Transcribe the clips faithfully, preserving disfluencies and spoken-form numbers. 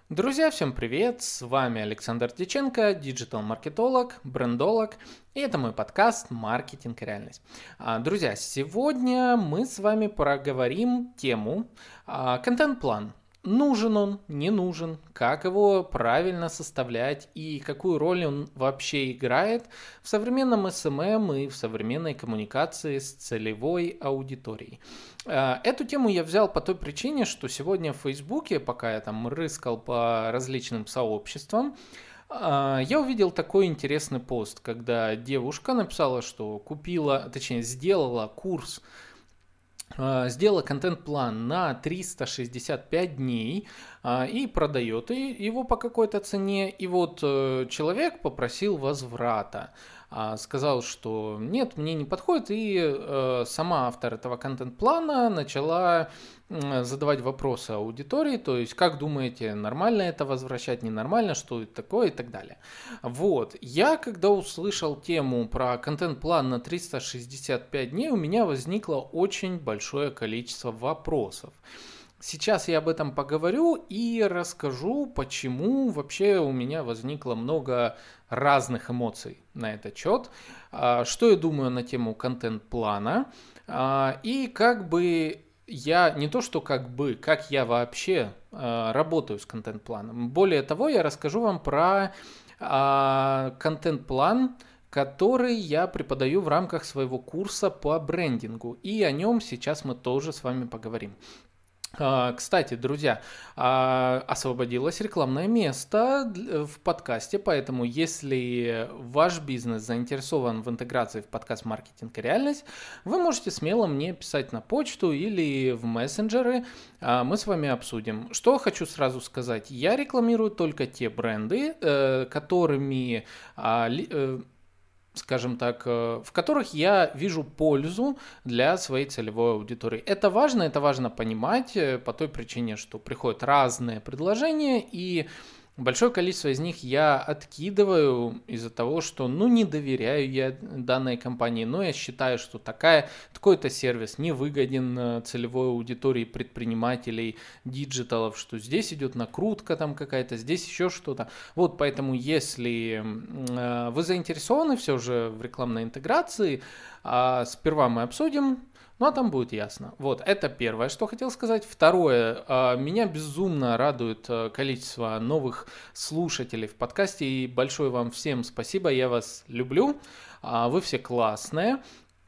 Друзья, всем привет! С вами Александр Дьяченко, диджитал-маркетолог, брендолог, и это мой подкаст «Маркетинг и реальность». А, Друзья, сегодня мы с вами проговорим тему а, контент-план. Нужен он, не нужен, как его правильно составлять и какую роль он вообще играет в современном эс эм эм и в современной коммуникации с целевой аудиторией. А, Эту тему я взял по той причине, что сегодня в Фейсбуке, пока я там рыскал по различным сообществам, а, я увидел такой интересный пост, когда девушка написала, что купила, точнее сделала курс, а, сделала контент-план на триста шестьдесят пять дней а, и продает и- его по какой-то цене. И вот э, человек попросил возврата. А, Сказал, что нет, мне не подходит. И э, сама автор этого контент-плана начала м, задавать вопросы аудитории. То есть, как думаете, нормально это возвращать, ненормально, что это такое и так далее. Вот, я когда услышал тему про контент-план на триста шестьдесят пять дней, у меня возникло очень большое количество вопросов. Сейчас я об этом поговорю и расскажу, почему вообще у меня возникло много разных эмоций на этот счет, а, что я думаю на тему контент-плана, а, и как бы я, не то что как бы, как я вообще а, работаю с контент-планом. Более того, я расскажу вам про а, контент-план, который я преподаю в рамках своего курса по брендингу. И о нем сейчас мы тоже с вами поговорим. А, Кстати, друзья, а, освободилось рекламное место дл- в подкасте, поэтому если ваш бизнес заинтересован в интеграции в подкаст «Маркетинг и реальность», вы можете смело мне писать на почту или в мессенджеры, а, мы с вами обсудим. Что хочу сразу сказать, я рекламирую только те бренды, э, которыми а, ли- э, скажем так, э, в которых я вижу пользу для своей целевой аудитории. Это важно, это важно понимать э, по той причине, что приходят разные предложения, и большое количество из них я откидываю из-за того, что, ну, не доверяю я данной компании, но я считаю, что такая, такой-то сервис не выгоден э, целевой аудитории предпринимателей, диджиталов, что здесь идет накрутка там какая-то, здесь еще что-то. Вот поэтому, если э, вы заинтересованы все же в рекламной интеграции, а, сперва мы обсудим, ну а там будет ясно. Вот, это первое, что хотел сказать. Второе, а, меня безумно радует а, количество новых слушателей в подкасте, и большое вам всем спасибо, я вас люблю, а, вы все классные.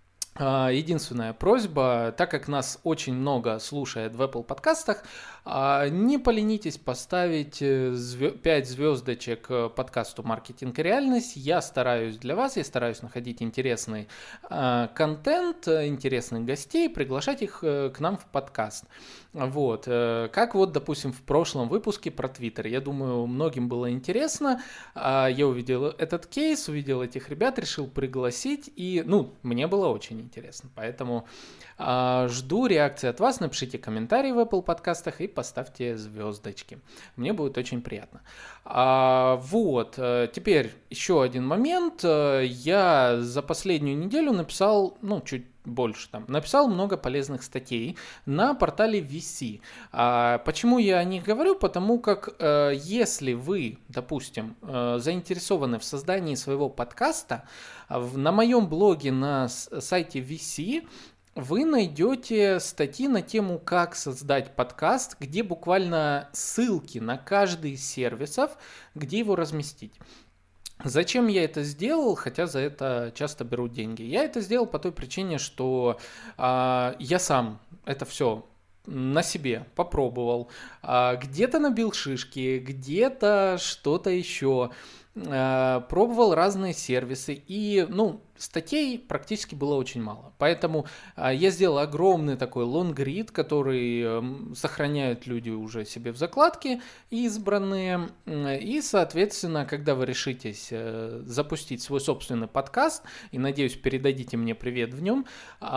А, Единственная просьба, так как нас очень много слушает в Apple подкастах, а, не поленитесь поставить э, звё- пять звездочек э, подкасту «Маркетинг и реальность». Я стараюсь для вас, я стараюсь находить интересный а, контент, э, интересных гостей, приглашать их э, к нам в подкаст. Вот, э, как вот, допустим, в прошлом выпуске про Twitter. Я думаю, многим было интересно. А, Я увидел этот кейс, увидел этих ребят, решил пригласить, и, ну, мне было очень интересно. Поэтому а, жду реакции от вас. Напишите комментарии в Apple подкастах и поставьте звездочки. Мне будет очень приятно. А, вот, э, теперь еще один момент. Э, Я за последнюю неделю написал, ну, чуть больше там, написал много полезных статей на портале ви си. А, почему я о них говорю? Потому как э, если вы, допустим, э, заинтересованы в создании своего подкаста, а в- на моем блоге на с- сайте ви си вы найдете статьи на тему, как создать подкаст, где буквально ссылки на каждый из сервисов, где его разместить. Зачем я это сделал, хотя за это часто берут деньги? Я это сделал по той причине, что а, я сам это все на себе попробовал, а, где-то набил шишки, где-то что-то еще, а, пробовал разные сервисы, и, ну, статей практически было очень мало. Поэтому а, я сделал огромный такой лонгрид, который м, сохраняют люди уже себе в закладке, избранные. И, соответственно, когда вы решитесь э, запустить свой собственный подкаст, и, надеюсь, передадите мне привет в нем,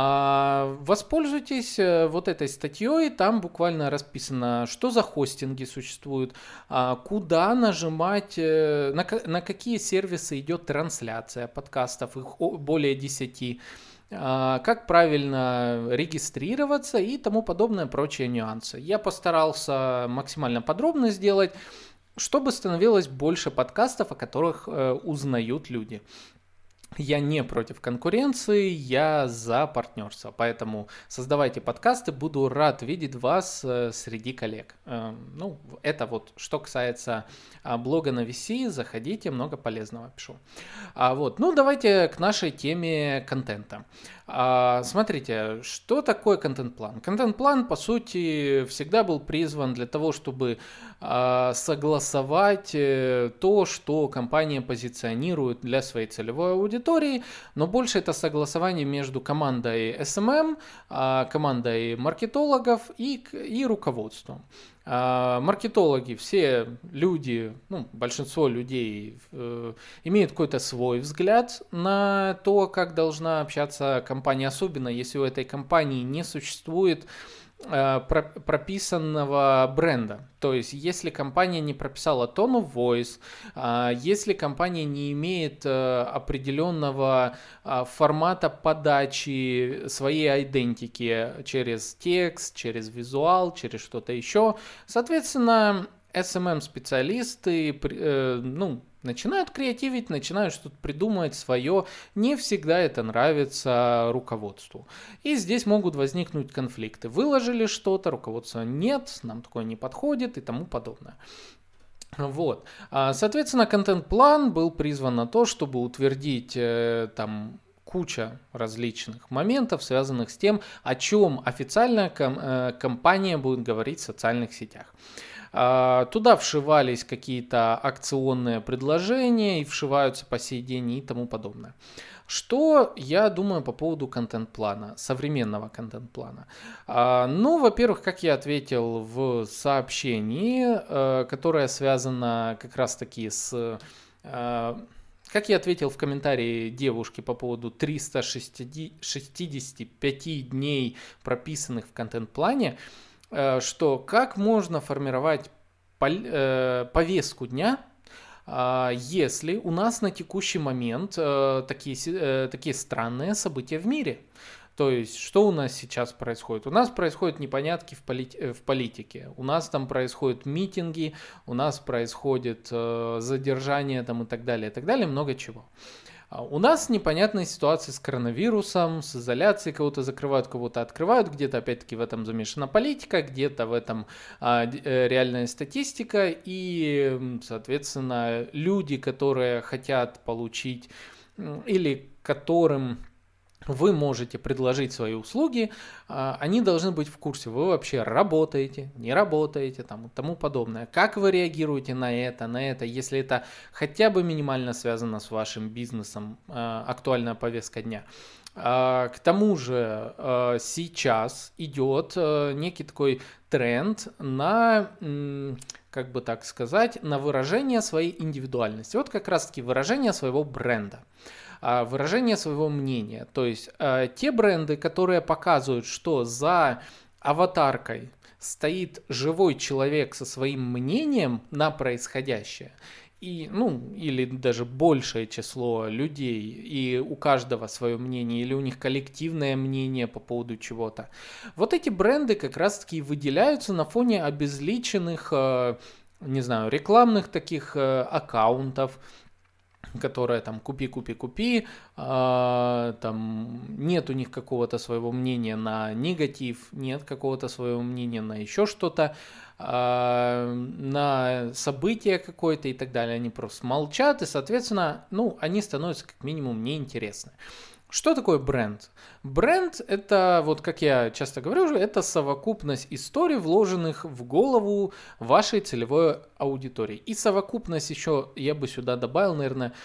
а, воспользуйтесь э, вот этой статьей. Там буквально расписано, что за хостинги существуют, а, куда нажимать, э, на, ка- на какие сервисы идет трансляция подкастов, их о- более десяти, а, как правильно регистрироваться и тому подобное, прочие нюансы. Я постарался максимально подробно сделать. чтобы становилось больше подкастов, о которых э, узнают люди. Я не против конкуренции, я за партнерство, поэтому создавайте подкасты, буду рад видеть вас э, среди коллег. Э, ну, это вот что касается э, блога на ви си, заходите, много полезного пишу. А вот, ну давайте к нашей теме контента. А, смотрите, что такое контент-план? Контент-план, по сути, всегда был призван для того, чтобы а, согласовать то, что компания позиционирует для своей целевой аудитории, но больше это согласование между командой эс эм эм, а, командой маркетологов и, и руководством. А, маркетологи, все люди, ну, большинство людей э, имеют какой-то свой взгляд на то, как должна общаться компания, особенно если у этой компании не существует э, про- прописанного бренда. То есть, если компания не прописала tone of voice, э, если компания не имеет э, определенного э, формата подачи своей идентики через текст, через визуал, через что-то еще, соответственно, эс эм эм-специалисты э, ну, начинают креативить, начинают что-то придумывать свое. Не всегда это нравится руководству. И здесь могут возникнуть конфликты. Выложили что-то, руководство нет, нам такое не подходит и тому подобное. Вот. Соответственно, контент-план был призван на то, чтобы утвердить э, там куча различных моментов, связанных с тем, о чем официально ком- э, компания будет говорить в социальных сетях. Туда вшивались какие-то акционные предложения и вшиваются по сей день и тому подобное. Что я думаю по поводу контент-плана, современного контент-плана? Ну, во-первых, как я ответил в сообщении, которое связано как раз-таки с... Как я ответил в комментарии девушке по поводу триста шестидесяти пяти дней, прописанных в контент-плане, что как можно формировать повестку дня, если у нас на текущий момент такие, такие странные события в мире. То есть, что у нас сейчас происходит? У нас происходят непонятки в, полит- в политике, у нас там происходят митинги, у нас происходит задержание там, и так далее, и так далее, много чего. У нас непонятная ситуация с коронавирусом, с изоляцией, кого-то закрывают, кого-то открывают, где-то опять-таки в этом замешана политика, где-то в этом а, реальная статистика, и, соответственно, люди, которые хотят получить или которым вы можете предложить свои услуги, они должны быть в курсе, вы вообще работаете, не работаете, там, и тому подобное. Как вы реагируете на это, на это, если это хотя бы минимально связано с вашим бизнесом, актуальная повестка дня. К тому же сейчас идет некий такой тренд на, как бы так сказать, на выражение своей индивидуальности. Вот как раз-таки выражение своего бренда. Выражение своего мнения. То есть э, те бренды, которые показывают, что за аватаркой стоит живой человек со своим мнением на происходящее, и, ну, или даже большее число людей, и у каждого свое мнение, или у них коллективное мнение по поводу чего-то. Вот эти бренды как раз-таки выделяются на фоне обезличенных, э, не знаю, рекламных таких э, аккаунтов, которая там купи, купи, купи, э, там нет у них какого-то своего мнения на негатив, нет какого-то своего мнения на еще что-то, э, на событие какое-то и так далее. Они просто молчат, и, соответственно, ну, они становятся как минимум неинтересны. Что такое бренд? Бренд – это, вот как я часто говорю, это совокупность историй, вложенных в голову вашей целевой аудитории. И совокупность еще, я бы сюда добавил, наверное,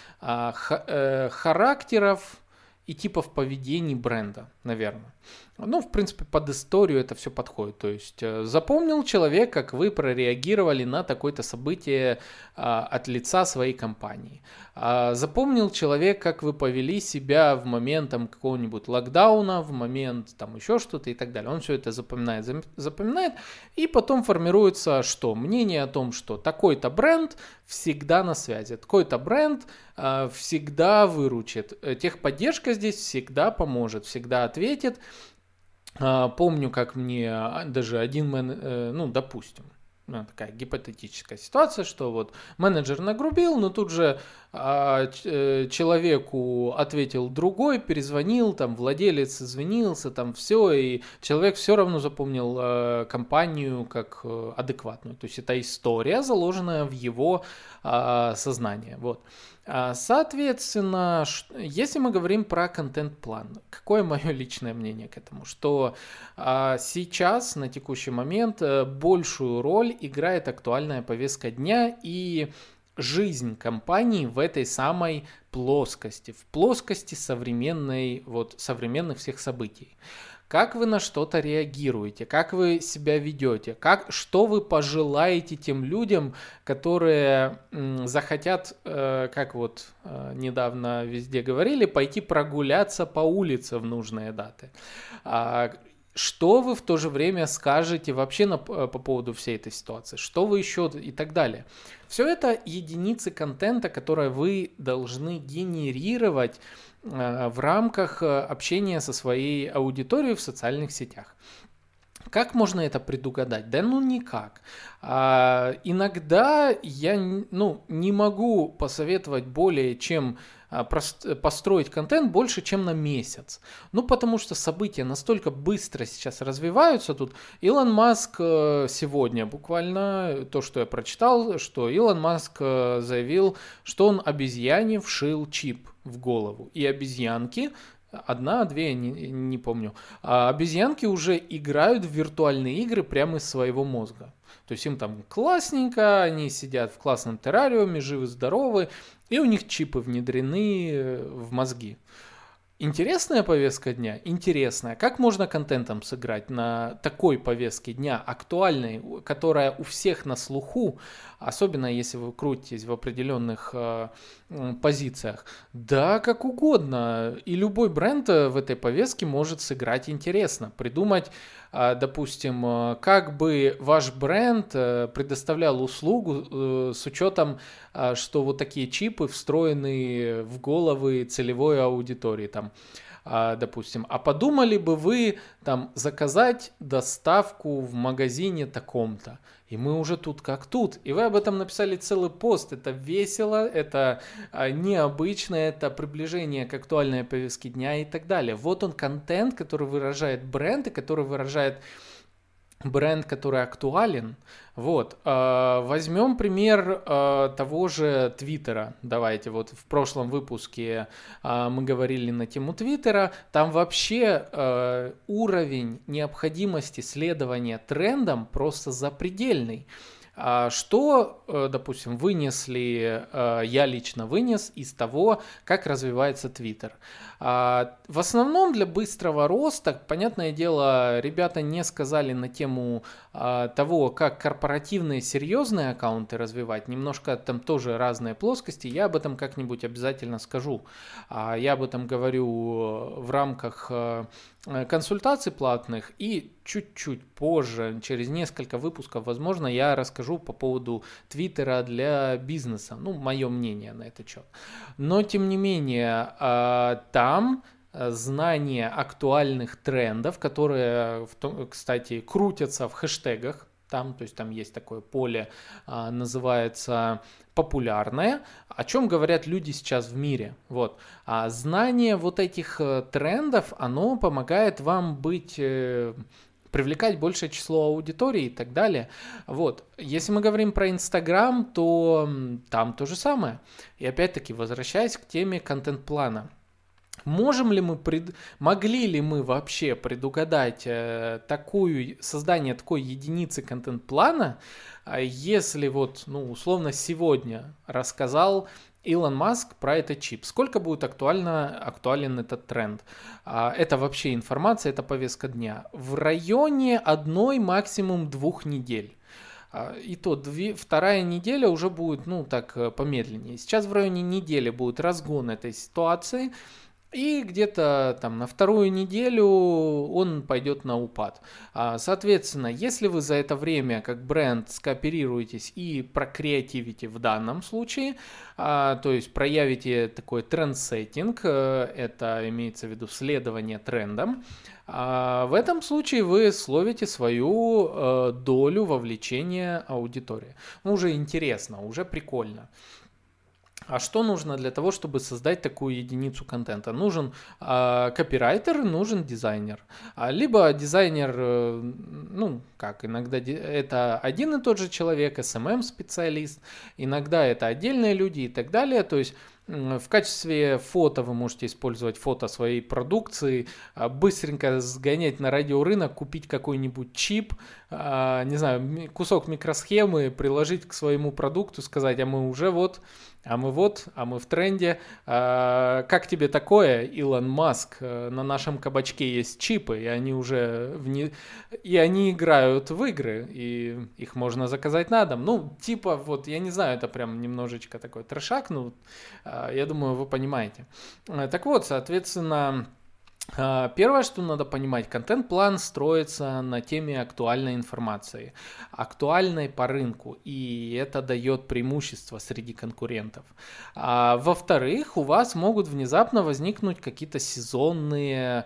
характеров и типов поведений бренда, наверное. Ну, в принципе, под историю это все подходит. То есть, запомнил человек, как вы прореагировали на такое-то событие а, от лица своей компании. А, запомнил человек, как вы повели себя в момент там, какого-нибудь локдауна, в момент там еще что-то и так далее. Он все это запоминает, запоминает, и потом формируется что? Мнение о том, что такой-то бренд всегда на связи, такой-то бренд а, всегда выручит. Техподдержка здесь всегда поможет, всегда ответит. Помню, как мне даже один, мен... ну, допустим, ну, такая гипотетическая ситуация, что вот менеджер нагрубил, но тут же а, ч- человеку ответил другой, перезвонил, там владелец извинился, там все, и человек все равно запомнил а, компанию как а, адекватную. То есть это история, заложенная в его а, сознание. Вот. Соответственно, если мы говорим про контент-план, какое мое личное мнение к этому? Что сейчас, на текущий момент, большую роль играет актуальная повестка дня и жизнь компании в этой самой плоскости, в плоскости современной, вот, современных всех событий. Как вы на что-то реагируете, как вы себя ведете, как, что вы пожелаете тем людям, которые м, захотят, э, как вот э, недавно везде говорили, пойти прогуляться по улице в нужные даты. А, что вы в то же время скажете вообще на, по поводу всей этой ситуации, что вы еще и так далее. Все это единицы контента, которые вы должны генерировать в рамках общения со своей аудиторией в социальных сетях. Как можно это предугадать? Да ну никак. А, иногда я ну, не могу посоветовать более чем построить контент больше, чем на месяц. Ну, потому что события настолько быстро сейчас развиваются. Тут Илон Маск сегодня буквально, то, что я прочитал, что Илон Маск заявил, что он обезьяне вшил чип в голову. И обезьянки, одна, две, не, не помню, а обезьянки уже играют в виртуальные игры прямо из своего мозга. То есть им там классненько, они сидят в классном террариуме, живы-здоровы, и у них чипы внедрены в мозги. Интересная повестка дня? Интересная. Как можно контентом сыграть на такой повестке дня, актуальной, которая у всех на слуху, особенно если вы крутитесь в определенных э, позициях? Да, как угодно. И любой бренд в этой повестке может сыграть интересно. Придумать, э, допустим, э, как бы ваш бренд э, предоставлял услугу э, с учетом, э, что вот такие чипы встроены в головы целевой аудитории. Там, допустим, а подумали бы вы там заказать доставку в магазине таком-то, и мы уже тут как тут, и вы об этом написали целый пост, это весело, это необычно, это приближение к актуальной повестке дня и так далее. Вот он контент, который выражает бренд и который выражает бренд, который актуален. Вот. Возьмем пример того же Твиттера. Давайте, вот в прошлом выпуске мы говорили на тему Твиттера. Там вообще уровень необходимости следования трендам просто запредельный. Что, допустим, вынесли, я лично вынес из того, как развивается Twitter. В основном для быстрого роста, понятное дело, ребята не сказали на тему того, как корпоративные серьезные аккаунты развивать. Немножко там тоже разные плоскости. Я об этом как-нибудь обязательно скажу. Я об этом говорю в рамках консультаций платных, и чуть-чуть позже, через несколько выпусков, возможно, я расскажу по поводу Твиттера для бизнеса, ну, мое мнение на этот счет. Но, тем не менее, там знание актуальных трендов, которые, кстати, крутятся в хэштегах, там, то есть там есть такое поле, называется популярное, о чем говорят люди сейчас в мире. Вот. А знание вот этих трендов, оно помогает вам быть, привлекать большее число аудитории и так далее. Вот. Если мы говорим про Инстаграм, то там то же самое. И опять-таки, возвращаясь к теме контент-плана. Можем ли мы, пред... могли ли мы вообще предугадать э, такую, создание такой единицы контент-плана, э, если вот, ну, условно, сегодня рассказал Илон Маск про этот чип? Сколько будет актуально, актуален этот тренд? Э, это вообще информация, это повестка дня. В районе одной, максимум двух недель. И то две, вторая неделя уже будет, ну, так, помедленнее. Сейчас в районе недели будет разгон этой ситуации. И где-то там на вторую неделю он пойдет на упад. Соответственно, если вы за это время как бренд скооперируетесь и прокреативите в данном случае, то есть проявите такой тренд-сеттинг, это имеется в виду следование трендам, в этом случае вы словите свою долю вовлечения аудитории. Ну, уже интересно, уже прикольно. А что нужно для того, чтобы создать такую единицу контента? Нужен э, копирайтер, нужен дизайнер. А, либо дизайнер, э, ну, как, иногда это один и тот же человек, эс эм эм-специалист, иногда это отдельные люди и так далее. То есть в качестве фото вы можете использовать фото своей продукции, быстренько сгонять на радиорынок, купить какой-нибудь чип, не знаю, кусок микросхемы, приложить к своему продукту, сказать, а мы уже вот, а мы вот, а мы в тренде. Как тебе такое, Илон Маск? На нашем кабачке есть чипы, и они уже вне... и они играют в игры, и их можно заказать на дом. Ну, типа, вот, я не знаю, это прям немножечко такой трешак, ну, я думаю, вы понимаете. Так вот, соответственно, первое, что надо понимать, контент-план строится на теме актуальной информации, актуальной по рынку, и это дает преимущество среди конкурентов. А, во-вторых, у вас могут внезапно возникнуть какие-то сезонные,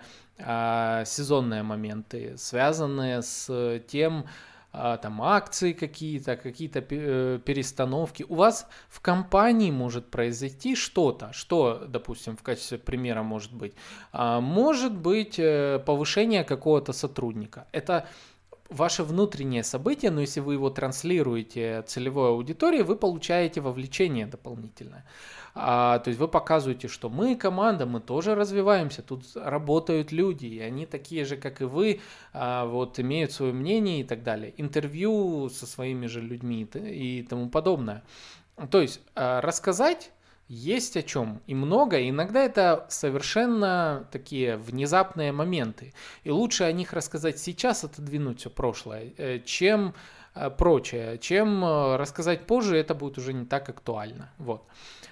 а, сезонные моменты, связанные с тем, там акции какие-то, какие-то перестановки. У вас в компании может произойти что-то, что, допустим, в качестве примера может быть. Может быть повышение какого-то сотрудника. Это ваше внутреннее событие, но если вы его транслируете целевой аудитории, вы получаете вовлечение дополнительное. А, то есть вы показываете, что мы команда, мы тоже развиваемся, тут работают люди, и они такие же, как и вы, а, вот имеют свое мнение и так далее. Интервью со своими же людьми и тому подобное. То есть а, рассказать есть о чем и много, и иногда это совершенно такие внезапные моменты. И лучше о них рассказать сейчас, отодвинуть все прошлое, чем прочее. Чем рассказать позже, это будет уже не так актуально. Вот.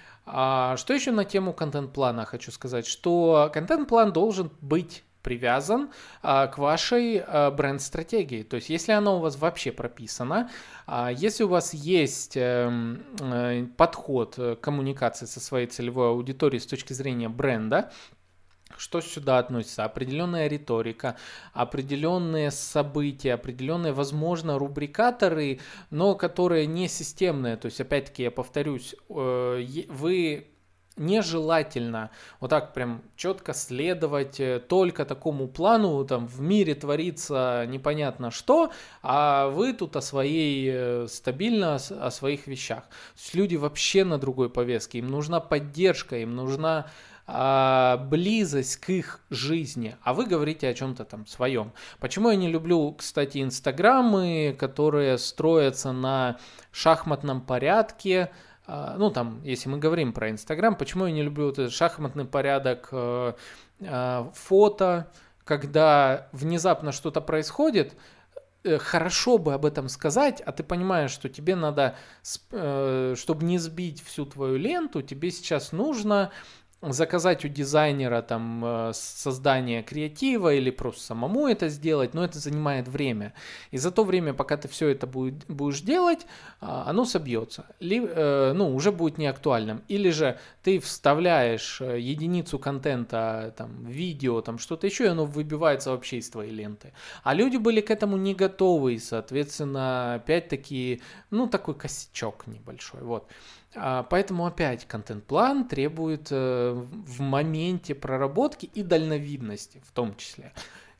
А что еще на тему контент-плана хочу сказать, что контент-план должен быть привязан а, к вашей а, бренд-стратегии. То есть, если она у вас вообще прописана, а, если у вас есть э, э, подход к коммуникации со своей целевой аудиторией с точки зрения бренда, что сюда относится? Определенная риторика, определенные события, определенные, возможно, рубрикаторы, но которые не системные. То есть, опять-таки, я повторюсь, э, вы... нежелательно вот так прям четко следовать только такому плану, там в мире творится непонятно что, а вы тут о своей, стабильно о своих вещах. То есть люди вообще на другой повестке, им нужна поддержка, им нужна а, близость к их жизни, а вы говорите о чем-то там своем. Почему я не люблю, кстати, инстаграмы, которые строятся на шахматном порядке? Ну, там, если мы говорим про Инстаграм, почему я не люблю этот шахматный порядок э, э, фото, когда внезапно что-то происходит, э, хорошо бы об этом сказать, а ты понимаешь, что тебе надо, э, чтобы не сбить всю твою ленту, тебе сейчас нужно заказать у дизайнера там создание креатива или просто самому это сделать, но это занимает время. И за то время, пока ты все это будет, будешь делать, оно собьется. Ли, ну, уже будет неактуальным. Или же ты вставляешь единицу контента, там, видео, там, что-то еще, и оно выбивается вообще из твоей ленты. А люди были к этому не готовы, и, соответственно, опять-таки, ну, такой косячок небольшой. Вот. Поэтому опять контент-план требует в моменте проработки и дальновидности в том числе.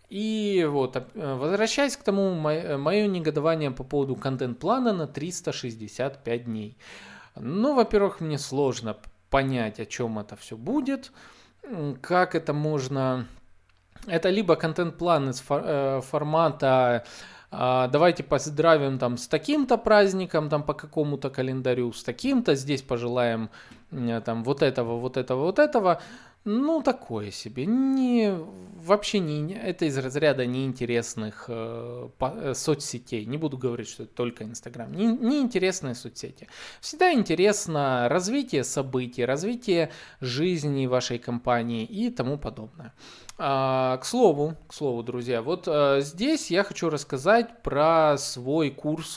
И вот, возвращаясь к тому, мое негодование по поводу контент-плана на триста шестьдесят пять дней. Ну, во-первых, мне сложно понять, о чем это все будет, как это можно... Это либо контент-план из формата... Давайте поздравим там с таким-то праздником, там по какому-то календарю, с таким-то, здесь пожелаем там вот этого, вот этого, вот этого. Ну, такое себе. Не, вообще не, это из разряда неинтересных э, по- э, соцсетей. Не буду говорить, что это только Инстаграм. Не, неинтересные соцсети. Всегда интересно развитие событий, развитие жизни вашей компании и тому подобное. А, к слову, к слову, друзья, вот а, здесь я хочу рассказать про свой курс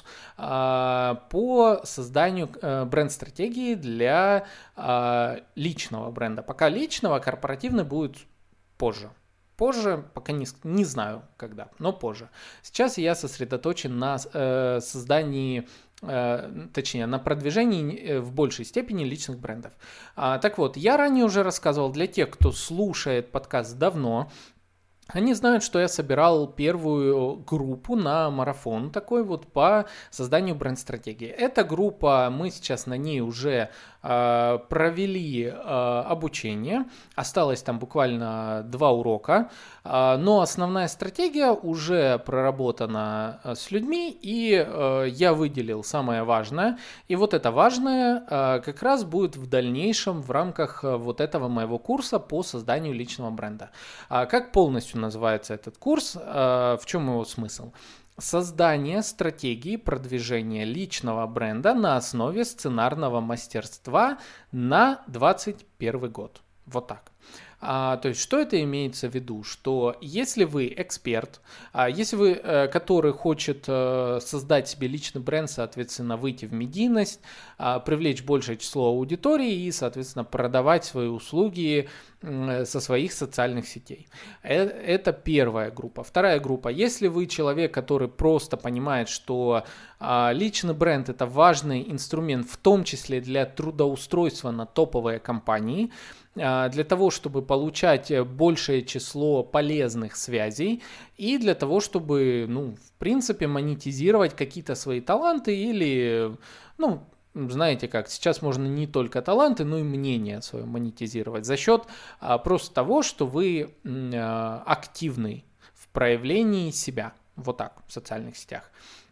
а, по созданию а, бренд-стратегии для а, личного бренда. Пока личного, корпоративный будет позже. Позже, пока не, не знаю когда, но позже. Сейчас я сосредоточен на э, создании, э, точнее, на продвижении в большей степени личных брендов. А, так вот, я ранее уже рассказывал для тех, кто слушает подкаст давно, они знают, что я собирал первую группу на марафон такой вот по созданию бренд-стратегии. Эта группа, мы сейчас на ней уже э, провели э, обучение. Осталось там буквально два урока. Э, но основная стратегия уже проработана с людьми, и э, я выделил самое важное. И вот это важное э, как раз будет в дальнейшем в рамках вот этого моего курса по созданию личного бренда. А как полностью называется этот курс, в чем его смысл? Создание стратегии продвижения личного бренда на основе сценарного мастерства на двадцать первый год. Вот так. А, то есть, что это имеется в виду? Что если вы эксперт, а, если вы, э, который хочет э, создать себе личный бренд, соответственно, выйти в медийность, а, привлечь большее число аудитории и, соответственно, продавать свои услуги э, со своих социальных сетей. Э, это первая группа. Вторая группа. Если вы человек, который просто понимает, что а, личный бренд – это важный инструмент, в том числе для трудоустройства на топовые компании, для того, чтобы получать большее число полезных связей и для того, чтобы, ну, в принципе, монетизировать какие-то свои таланты или, ну, знаете как, сейчас можно не только таланты, но и мнение свое монетизировать за счет а, просто того, что вы а, активны в проявлении себя, вот так, в социальных сетях.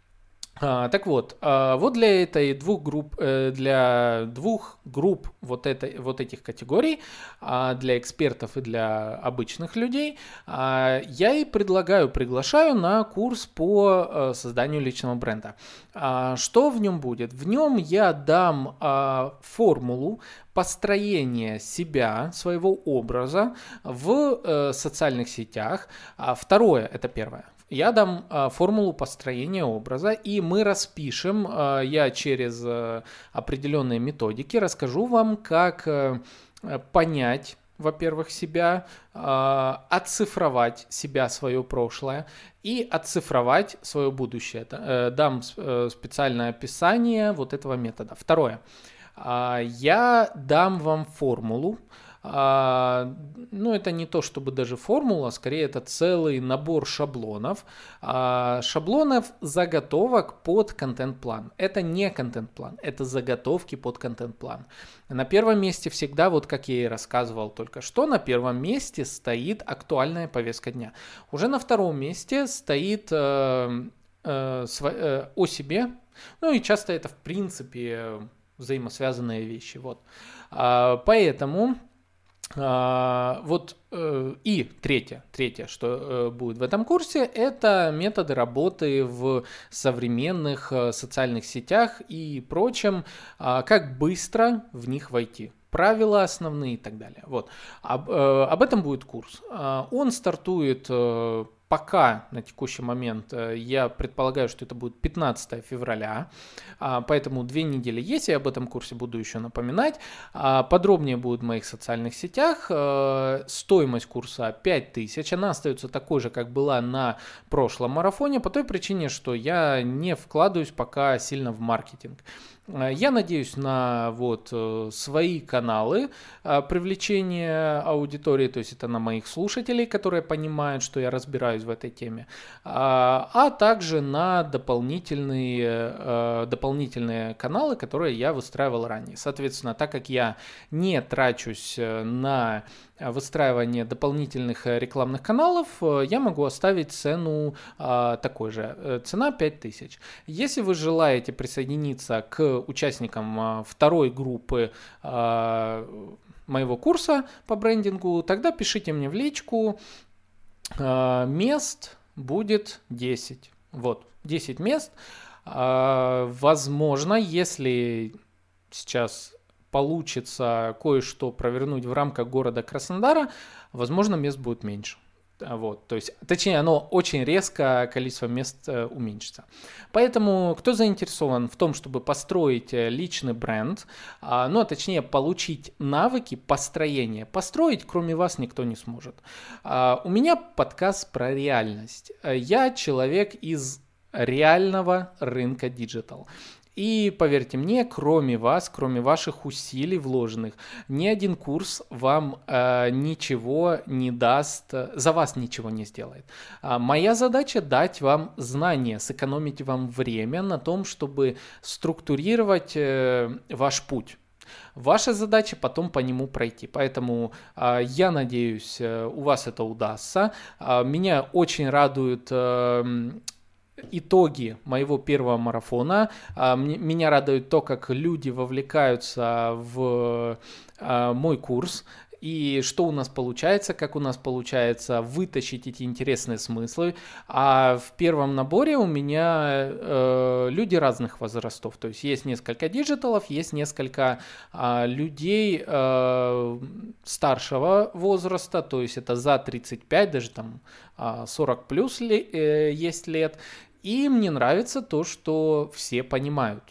А, так вот, а, вот для этой двух групп, для двух групп вот, этой, вот этих категорий, а, для экспертов и для обычных людей, а, я и предлагаю, приглашаю на курс по созданию личного бренда. А, что в нем будет? В нем я дам а, формулу построения себя, своего образа в э, социальных сетях. А второе, это первое. Я дам а, формулу построения образа, и мы распишем, а, я через а, определенные методики расскажу вам, как а, понять, во-первых, себя, а, оцифровать себя, свое прошлое и оцифровать свое будущее. Это, а, дам а, специальное описание вот этого метода. Второе. А, я дам вам формулу. А, ну, это не то чтобы даже формула, скорее это целый набор шаблонов. А, шаблонов заготовок под контент-план. Это не контент-план, это заготовки под контент-план. На первом месте всегда, вот как я и рассказывал только что, на первом месте стоит актуальная повестка дня. Уже на втором месте стоит э, э, св- э, о себе. Ну и часто это в принципе взаимосвязанные вещи. Вот. А, поэтому а, вот э, и третье, третье, что э, будет в этом курсе, это методы работы в современных э, социальных сетях и прочем, а, как быстро в них войти. Правила основные и так далее. Вот. Об, э, об этом будет курс. А, он стартует э, пока на текущий момент, э, я предполагаю, что это будет пятнадцатого февраля, а, поэтому две недели есть, я об этом курсе буду еще напоминать. А, подробнее будет в моих социальных сетях. А, стоимость курса пять тысяч, она остается такой же, как была на прошлом марафоне, по той причине, что я не вкладываюсь пока сильно в маркетинг. Я надеюсь на вот свои каналы привлечения аудитории, то есть это на моих слушателей, которые понимают, что я разбираюсь в этой теме, а также на дополнительные, дополнительные каналы, которые я выстраивал ранее. Соответственно, так как я не трачусь на выстраивание дополнительных рекламных каналов, я могу оставить цену а, такой же. Цена пять тысяч. Если вы желаете присоединиться к участникам а, второй группы а, моего курса по брендингу, тогда пишите мне в личку. Мест будет десять. Вот, десять мест. Возможно, если сейчас получится кое-что провернуть в рамках города Краснодара, возможно, мест будет меньше. Вот, то есть, точнее, оно очень резко, количество мест э, уменьшится. Поэтому, кто заинтересован в том, чтобы построить личный бренд, э, ну, а точнее, получить навыки построения, построить, кроме вас, никто не сможет. Э, у меня подкаст про реальность. Я человек из реального рынка диджитал. И поверьте мне, кроме вас, кроме ваших усилий вложенных, ни один курс вам э, ничего не даст, за вас ничего не сделает. А моя задача дать вам знания, сэкономить вам время на том, чтобы структурировать э, ваш путь. Ваша задача потом по нему пройти. Поэтому э, я надеюсь, э, у вас это удастся. Э, меня очень радует... Э, итоги моего первого марафона. Меня радует то, как люди вовлекаются в мой курс. И что у нас получается, как у нас получается вытащить эти интересные смыслы. А в первом наборе у меня э, люди разных возрастов. То есть есть несколько диджиталов, есть несколько э, людей э, старшего возраста, то есть это за тридцать пять, даже там э, сорок плюс ли, э, есть лет. И мне нравится то, что все понимают.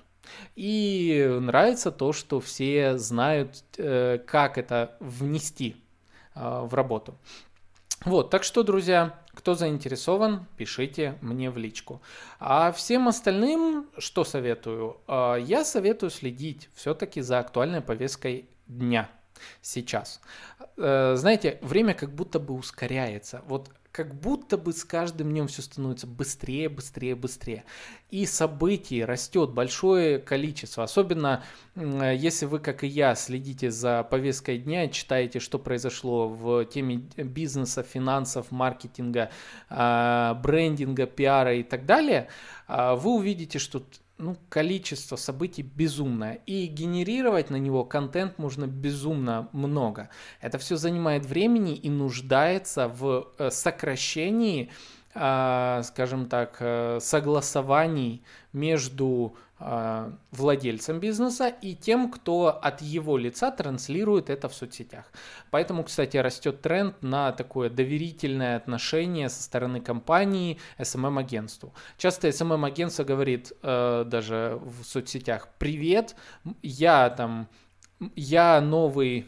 И нравится то, что все знают, как это внести в работу. Вот, так что, друзья, кто заинтересован, пишите мне в личку. А всем остальным, что советую? Я советую следить все-таки за актуальной повесткой дня сейчас. Знаете, время как будто бы ускоряется. Вот как будто бы с каждым днем все становится быстрее, быстрее, быстрее. И событий растет большое количество. Особенно, если вы, как и я, следите за повесткой дня, читаете, что произошло в теме бизнеса, финансов, маркетинга, брендинга, пиара и так далее, вы увидите, что ну, количество событий безумное. И генерировать на него контент можно безумно много. Это все занимает времени и нуждается в сокращении, скажем так, согласований между владельцем бизнеса и тем, кто от его лица транслирует это в соцсетях. Поэтому, кстати, растет тренд на такое доверительное отношение со стороны компании эс эм эм-агентству. Часто эс эм эм-агентство говорит э, даже в соцсетях: «Привет, я там, я новый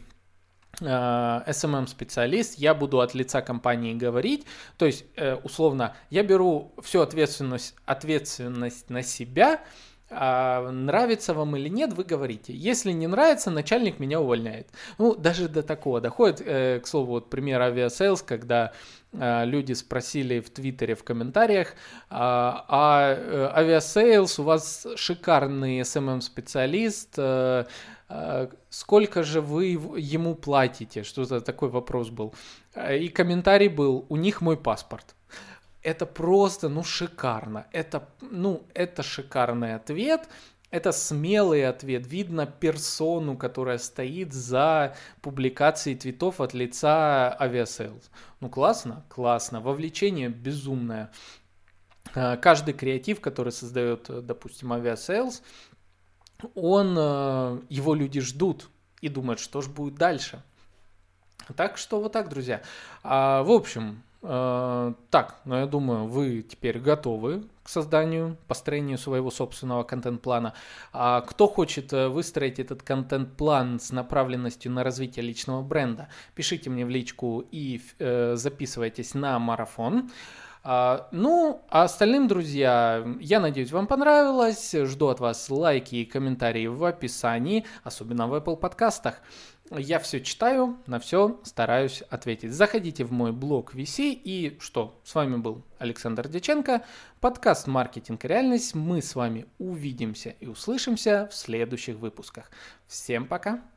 эс эм эм-специалист, я буду от лица компании говорить». То есть, э, условно, я беру всю ответственность, ответственность на себя. А нравится вам или нет, вы говорите. Если не нравится, начальник меня увольняет. Ну, даже до такого доходит. Э, к слову, вот пример авиасейлс, когда э, люди спросили в Твиттере, в комментариях: а, а э, авиасейлс, у вас шикарный эс эм эм-специалист, э, э, сколько же вы ему платите? Что-то такой вопрос был. И комментарий был: у них мой паспорт. Это просто, ну, шикарно. Это, ну, это шикарный ответ. Это смелый ответ. Видно персону, которая стоит за публикацией твитов от лица авиасейлс. Ну, классно? Классно. Вовлечение безумное. Каждый креатив, который создает, допустим, авиасейлс, он, его люди ждут и думают, что же будет дальше. Так что вот так, друзья. В общем... Так, но я думаю, вы теперь готовы к созданию, построению своего собственного контент-плана. А кто хочет выстроить этот контент-план с направленностью на развитие личного бренда, пишите мне в личку и э, записывайтесь на марафон. А, ну, а остальным, друзья, я надеюсь, вам понравилось. Жду от вас лайки и комментарии в описании, особенно в Apple подкастах. Я все читаю, на все стараюсь ответить. Заходите в мой блог ви си. И что? С вами был Александр Дьяченко, подкаст «Маркетинг и реальность». Мы с вами увидимся и услышимся в следующих выпусках. Всем пока!